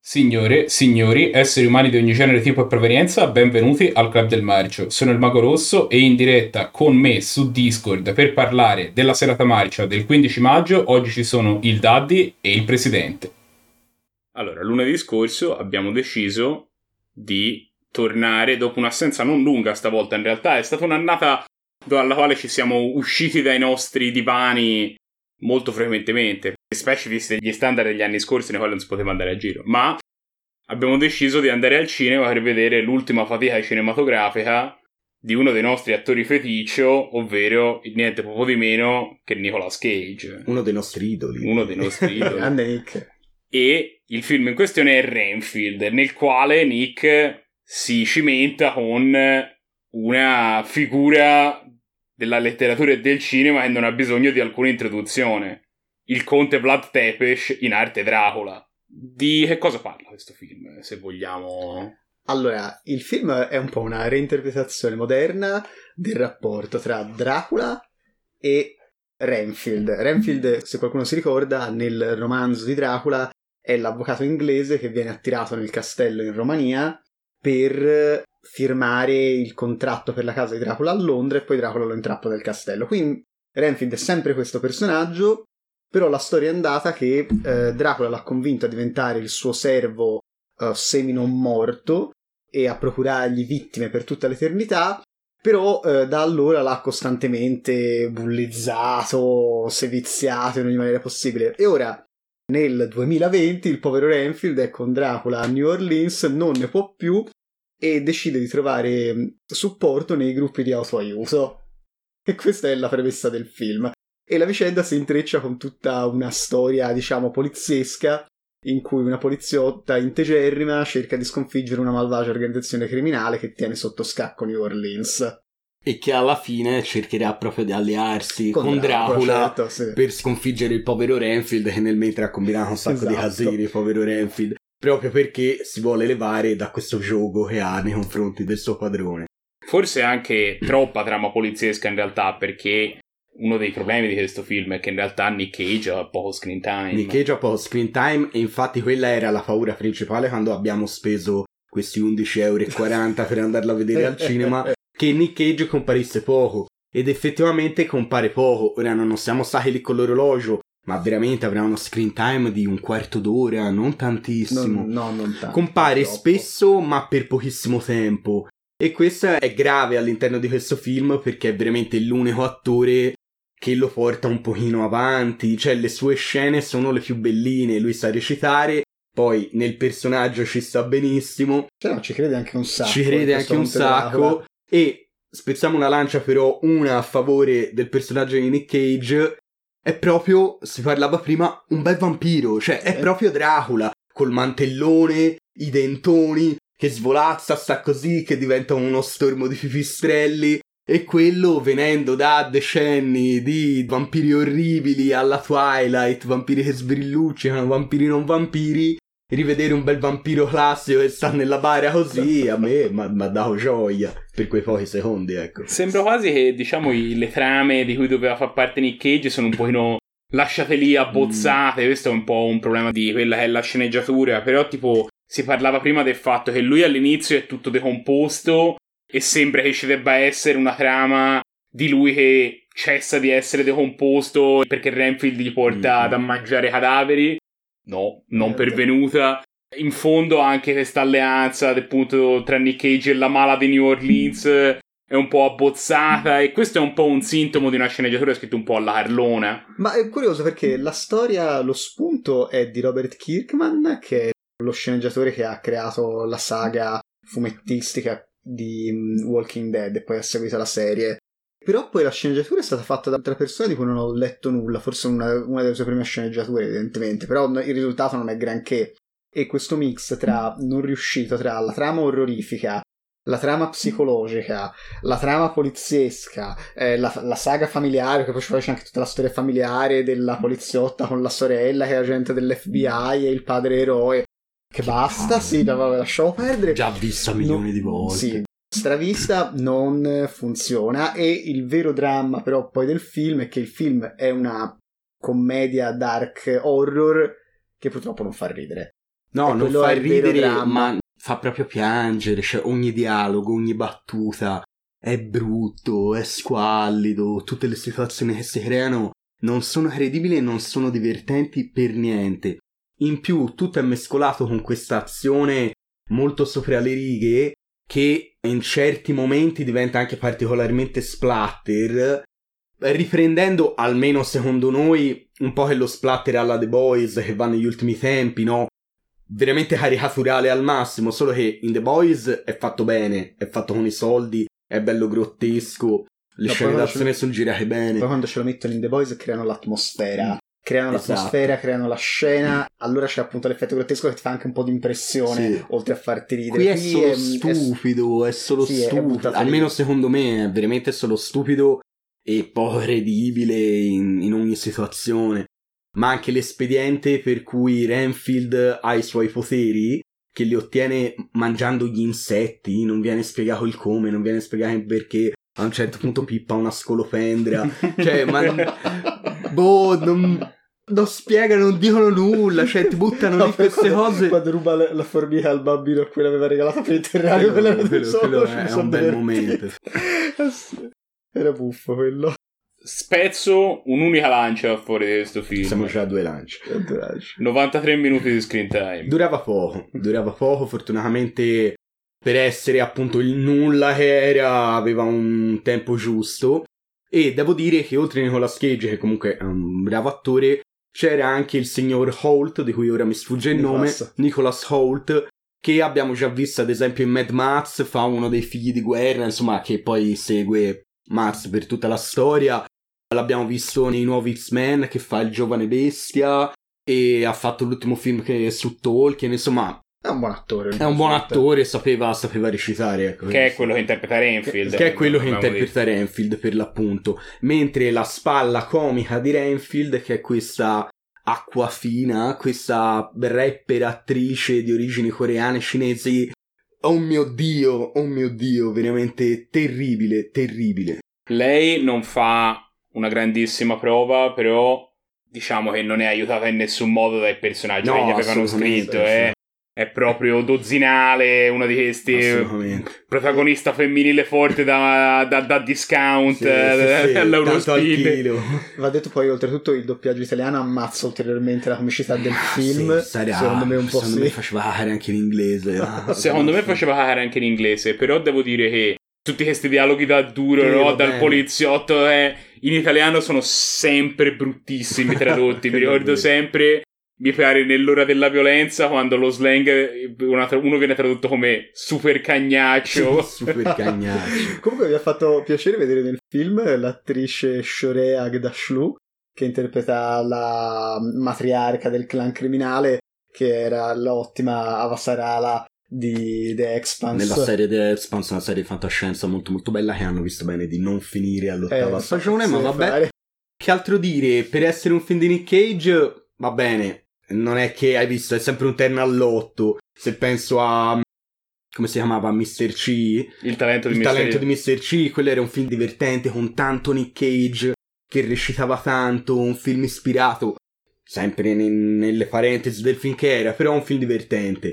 Signore, signori, esseri umani di ogni genere, tipo e provenienza, benvenuti al Club del Marcio. Sono il Mago Rosso e in diretta con me su Discord per parlare della serata marcia del 15 maggio. Oggi ci sono il Daddy e il Presidente. Allora, lunedì scorso abbiamo deciso di tornare dopo un'assenza non lunga stavolta, in realtà è stata un'annata dalla quale ci siamo usciti dai nostri divani molto frequentemente, specie visti gli standard degli anni scorsi nei quali non si poteva andare a giro, ma abbiamo deciso di andare al cinema per vedere l'ultima fatica cinematografica di uno dei nostri attori feticcio, ovvero niente poco di meno che Nicolas Cage. Uno dei nostri idoli. Grande Nick. E il film in questione è Renfield, nel quale Nick si cimenta con una figura della letteratura e del cinema che non ha bisogno di alcuna introduzione. Il conte Vlad Tepes in arte Dracula. Di che cosa parla questo film, se vogliamo? Allora, il film è un po' una reinterpretazione moderna del rapporto tra Dracula e Renfield. Renfield, se qualcuno si ricorda, nel romanzo di Dracula è l'avvocato inglese che viene attirato nel castello in Romania per firmare il contratto per la casa di Dracula a Londra e poi Dracula lo intrappola nel castello. Quindi Renfield è sempre questo personaggio, però la storia è andata che Dracula l'ha convinto a diventare il suo servo semi non morto e a procurargli vittime per tutta l'eternità, però da allora l'ha costantemente bullizzato, seviziato in ogni maniera possibile. E ora, nel 2020, il povero Renfield è con Dracula a New Orleans, non ne può più e decide di trovare supporto nei gruppi di autoaiuto. E questa è la premessa del film. E la vicenda si intreccia con tutta una storia, diciamo, poliziesca, in cui una poliziotta integerrima cerca di sconfiggere una malvagia organizzazione criminale che tiene sotto scacco New Orleans. E che alla fine cercherà proprio di allearsi con Dracula, certo, sì, per sconfiggere il povero Renfield, che nel mentre ha combinato un sacco di casini, il povero Renfield, proprio perché si vuole levare da questo gioco che ha nei confronti del suo padrone. Forse anche troppa trama poliziesca in realtà, perché uno dei problemi di questo film è che in realtà Nick Cage ha poco screen time. Nick Cage ha poco screen time e infatti quella era la paura principale quando abbiamo speso questi 11,40 € per andarlo a vedere al cinema, che Nick Cage comparisse poco. Ed effettivamente compare poco. Ora non siamo stati lì con l'orologio, ma veramente avrà uno screen time di un quarto d'ora, non tantissimo. No, non tanto. Compare spesso, ma per pochissimo tempo. E questo è grave all'interno di questo film, perché è veramente l'unico attore che lo porta un pochino avanti. Cioè, le sue scene sono le più belline, lui sa recitare, poi nel personaggio ci sta benissimo. Cioè, no, ci crede anche un sacco. Ci crede anche un sacco. E spezziamo una lancia però, una a favore del personaggio di Nick Cage. È proprio, si parlava prima, un bel vampiro. Cioè, è proprio Dracula, col mantellone, i dentoni, che svolazza, sta così, che diventa uno stormo di pipistrelli. E quello, venendo da decenni di vampiri orribili alla Twilight, vampiri che sbrilluccicano, vampiri non vampiri, rivedere un bel vampiro classico che sta nella bara così, a me mi ha dato gioia per quei pochi secondi, ecco. Sembra quasi che, diciamo, le trame di cui doveva far parte Nick Cage sono un pochino lasciate lì abbozzate. Questo è un po' un problema di quella che è la sceneggiatura, però tipo si parlava prima del fatto che lui all'inizio è tutto decomposto e sembra che ci debba essere una trama di lui che cessa di essere decomposto perché Renfield gli porta a mangiare cadaveri. No, non pervenuta. In fondo anche questa alleanza appunto tra Nick Cage e la mala di New Orleans è un po' abbozzata, e questo è un po' un sintomo di una sceneggiatura scritta un po' alla Carlona. Ma è curioso perché la storia, lo spunto è di Robert Kirkman, che è lo sceneggiatore che ha creato la saga fumettistica di Walking Dead e poi ha seguito la serie. Però poi la sceneggiatura è stata fatta da altra persona di cui non ho letto nulla, forse una delle sue prime sceneggiature evidentemente, però il risultato non è granché. E questo mix tra non riuscito tra la trama orrorifica, la trama psicologica, la trama poliziesca, la saga familiare, che poi ci faccio anche tutta la storia familiare della poliziotta con la sorella che è agente dell'FBI e il padre eroe, che basta, sì, lasciamo perdere. Già vista milioni di volte. Sì, stravista, non funziona. E il vero dramma però poi del film è che il film è una commedia dark horror che purtroppo non fa ridere. No, E non quello fa è il vero ridere, dramma. ma fa proprio piangere. Cioè, ogni dialogo, ogni battuta è brutto, è squallido. Tutte le situazioni che si creano non sono credibili e non sono divertenti per niente. In più, tutto è mescolato con questa azione molto sopra le righe che in certi momenti diventa anche particolarmente splatter, riprendendo, almeno secondo noi, un po' che lo splatter alla The Boys che va negli ultimi tempi, no? Veramente caricaturale al massimo, solo che in The Boys è fatto bene, è fatto con i soldi, è bello grottesco, le scene d'azione sono girate bene. Poi quando ce lo mettono in The Boys creano l'atmosfera. Creano Esatto. l'atmosfera, creano la scena, allora c'è appunto l'effetto grottesco che ti fa anche un po' di impressione, Sì. oltre a farti ridere. Qui è solo stupido, è solo sì, è stupido. buttato Almeno lì. secondo me è veramente solo stupido e poco credibile in ogni situazione. Ma anche l'espediente per cui Renfield ha i suoi poteri, che li ottiene mangiando gli insetti, non viene spiegato il come, non viene spiegato il perché. A un certo punto pippa una scolopendra. Cioè, ma non spiegano, non dicono nulla, cioè ti buttano lì queste cose. Quando ruba la formica al bambino a cui l'aveva regalato per il terrario, quello è un bel momento. Era buffo quello. Spezzo un'unica lancia a favore di questo film. Siamo già a 2 lance. 93 minuti di screen time. Durava poco, fortunatamente per essere appunto il nulla che era, aveva un tempo giusto. E devo dire che oltre a Nicolas Cage, che comunque è un bravo attore, c'era anche il signor Holt, di cui ora mi sfugge il nome, Nicholas Holt, che abbiamo già visto ad esempio in Mad Max, fa uno dei figli di guerra, insomma, che poi segue Max per tutta la storia. L'abbiamo visto nei nuovi X-Men, che fa il giovane bestia, e ha fatto l'ultimo film che su Tolkien, insomma. È un buon attore. È un buon attore, sapeva recitare. Ecco, che è quello che interpreta Renfield. Che è quello che interpreta Renfield, per l'appunto. Mentre la spalla comica di Renfield, che è questa acquafina, questa rapper attrice di origini coreane, cinesi. Oh mio Dio, veramente terribile. Lei non fa una grandissima prova, però diciamo che non è aiutata in nessun modo dai personaggi che gli avevano scritto, è proprio dozzinale, una di questi protagonista femminile forte da discount all'Eurospin. Va detto poi, oltretutto, il doppiaggio italiano ammazza ulteriormente la comicità del film. Secondo me un po' secondo me faceva cagare anche in inglese. Secondo me faceva cagare anche in inglese, però devo dire che tutti questi dialoghi da duro, no? Dal poliziotto, in italiano sono sempre bruttissimi tradotti. Mi ricordo sempre, mi pare nell'ora della violenza, quando lo slang uno viene tradotto come super cagnaccio. Super cagnaccio. Comunque mi ha fatto piacere vedere nel film l'attrice Shorea Agdashlu, che interpreta la matriarca del clan criminale, che era l'ottima Avasarala di The Expanse. Nella serie The Expanse, una serie di fantascienza molto molto bella, che hanno visto bene di non finire all'8ª stagione, ma vabbè. Che altro dire? Per essere un film di Nick Cage, va bene. Non è che hai visto, è sempre un terno all'8. Se penso a, come si chiamava, Mr. C, Il talento di Mr. C, quello era un film divertente con tanto Nick Cage che recitava tanto, un film ispirato sempre nelle parentesi del film che era, però un film divertente.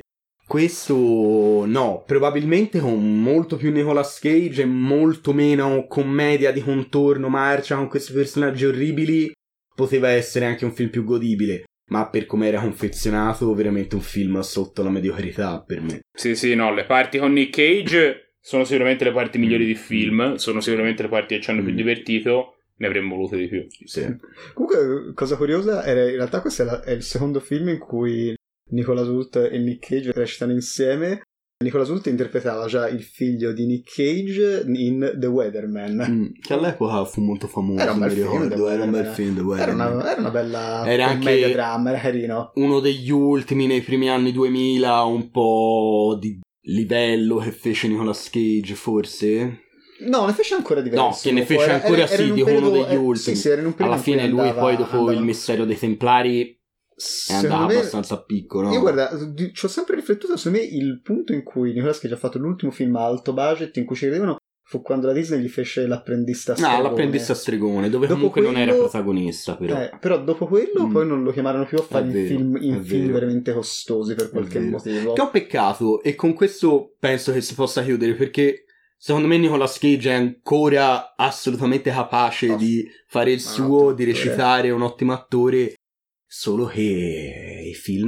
Questo no, probabilmente con molto più Nicolas Cage e molto meno commedia di contorno marcia con questi personaggi orribili, poteva essere anche un film più godibile. Ma per come era confezionato, veramente un film sotto la mediocrità per me. Sì, no, le parti con Nick Cage sono sicuramente le parti migliori di film, sono sicuramente le parti che ci hanno più divertito, ne avremmo volute di più. Sì. Comunque, cosa curiosa, in realtà questo è il secondo film in cui Nicolas Hoult e Nick Cage recitano insieme. Nicolas Hoult interpretava già il figlio di Nick Cage in The Weatherman, che all'epoca fu molto famoso. Era un bel film, The Weatherman. Era una bella era commedia anche dramma, era carino. Uno degli ultimi nei primi anni 2000, un po' di livello che fece Nicolas Cage, forse. No, ne fece ancora diverso. No, che ne fece ancora dico uno degli ultimi. Sì, era in un periodo alla fine lui poi dopo il Mistero dei Templari andava abbastanza piccolo. Io guarda, ci ho sempre riflettuto, secondo me il punto in cui Nicolas Cage ha fatto l'ultimo film a alto budget in cui ci credevano fu quando la Disney gli fece l'apprendista No, stregone. l'apprendista stregone, dove Dopo comunque non era quello- protagonista, però. Però dopo quello poi non lo chiamarono più a fare È in vero, film, è in film vero. veramente costosi per È qualche vero. motivo. Che è un peccato, e con questo penso che si possa chiudere, perché secondo me Nicolas Cage è ancora assolutamente capace No. di fare il Ma suo, ottimo di attore. recitare, un ottimo attore, solo che i film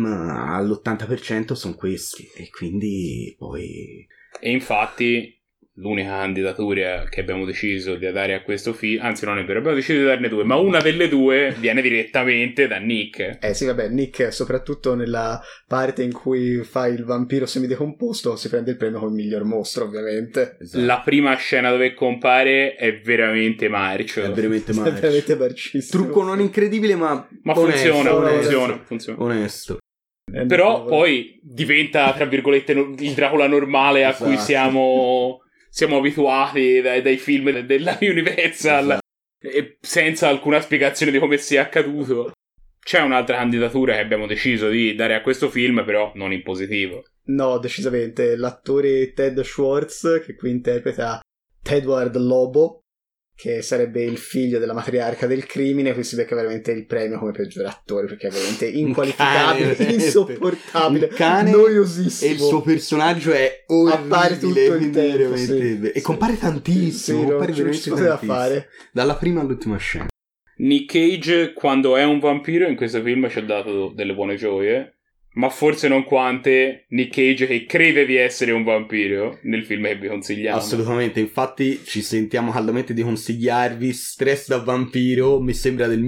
all'80% sono questi, e quindi poi... E infatti l'unica candidatura che abbiamo deciso di dare a questo film, anzi non è vero, abbiamo deciso di darne due, ma una delle due viene direttamente da Nick. Sì, vabbè, Nick, soprattutto nella parte in cui fa il vampiro semidecomposto, si prende il premio come miglior mostro, ovviamente. Esatto. La prima scena dove compare è veramente marcio. È veramente È male. veramente marcissimo. Trucco non incredibile, ma funziona, onesto, funziona. onesto. Però poi diventa, tra virgolette, il Dracula normale a cui Esatto. siamo abituati dai film della Universal, Esatto. e senza alcuna spiegazione di come sia accaduto. C'è un'altra candidatura che abbiamo deciso di dare a questo film, però non in positivo. No, decisamente. L'attore Ted Schwartz, che qui interpreta Tedward Lobo, che sarebbe il figlio della matriarca del crimine, qui si becca veramente il premio come peggior attore, perché è veramente inqualificabile, cane, insopportabile, un cane, noiosissimo. e il suo personaggio è orribile, Appare tutto il quindi tempo, veramente- sì, e compare tantissimo, Sì, compare non veramente ci poteva tantissimo. fare. Dalla prima all'ultima scena. Nick Cage, quando è un vampiro, in questo film ci ha dato delle buone gioie, ma forse non quante Nick Cage che crede di essere un vampiro nel film che vi consigliamo. Assolutamente, infatti ci sentiamo caldamente di consigliarvi Stress da vampiro, mi sembra del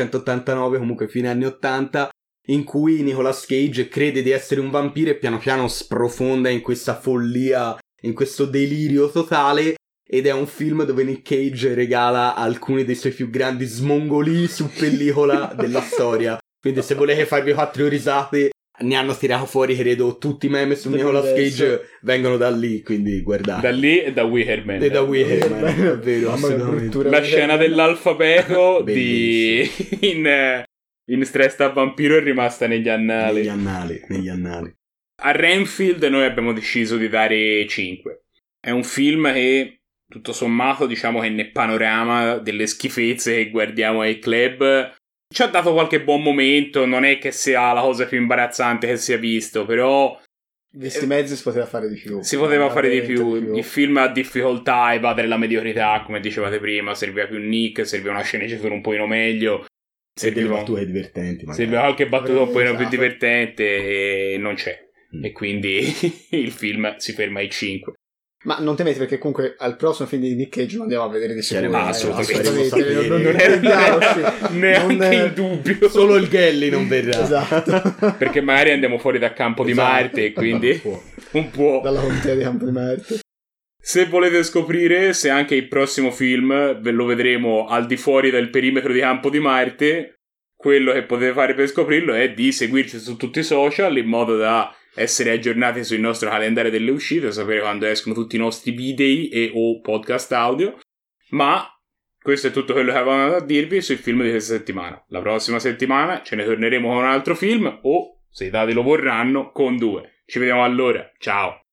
1989, comunque fine anni 80, in cui Nicolas Cage crede di essere un vampiro e piano piano sprofonda in questa follia, in questo delirio totale, ed è un film dove Nick Cage regala alcuni dei suoi più grandi smongoli su pellicola della storia. Quindi se volete farvi 4 risate, ne hanno tirato fuori, credo, tutti i meme su Nicolas Cage vengono da lì, quindi guardate. Da lì e da Wicker Man. E da Wicker Man, è vero, Mamma mia, assolutamente. bruttura. La scena dell'alfabeto Bellissimo. in Stress da vampiro è rimasta negli annali. Negli annali. A Renfield noi abbiamo deciso di dare 5. È un film che, tutto sommato, diciamo che nel panorama delle schifezze che guardiamo ai club ci ha dato qualche buon momento. Non è che sia la cosa più imbarazzante che sia visto, però Questi mezzi si poteva fare di più. si poteva fare di Veramente più. Il film ha difficoltà, evadere la mediocrità, come dicevate prima. Serviva più Nick, serviva una sceneggiatura un pochino meglio, E delle battute divertenti, magari. serviva qualche battuta un pochino più Esatto. divertente, e non c'è. E quindi il film si ferma ai 5. Ma non temete, perché comunque al prossimo film di Nick Cage lo andiamo a vedere di sicuro. Ma assolutamente. non era neanche Non- in dubbio. Solo il Gelli non verrà. Esatto. Perché magari andiamo fuori dal campo di Marte, e quindi Può. un po'. Dalla contea di Campo di Marte. Se volete scoprire se anche il prossimo film ve lo vedremo al di fuori del perimetro di Campo di Marte, quello che potete fare per scoprirlo è di seguirci su tutti i social, in modo da essere aggiornati sul nostro calendario delle uscite, sapere quando escono tutti i nostri video e o podcast audio. Ma questo è tutto quello che avevamo da dirvi sui film di questa settimana. La prossima settimana ce ne torneremo con un altro film, o se i dati lo vorranno, con 2. Ci vediamo allora, ciao!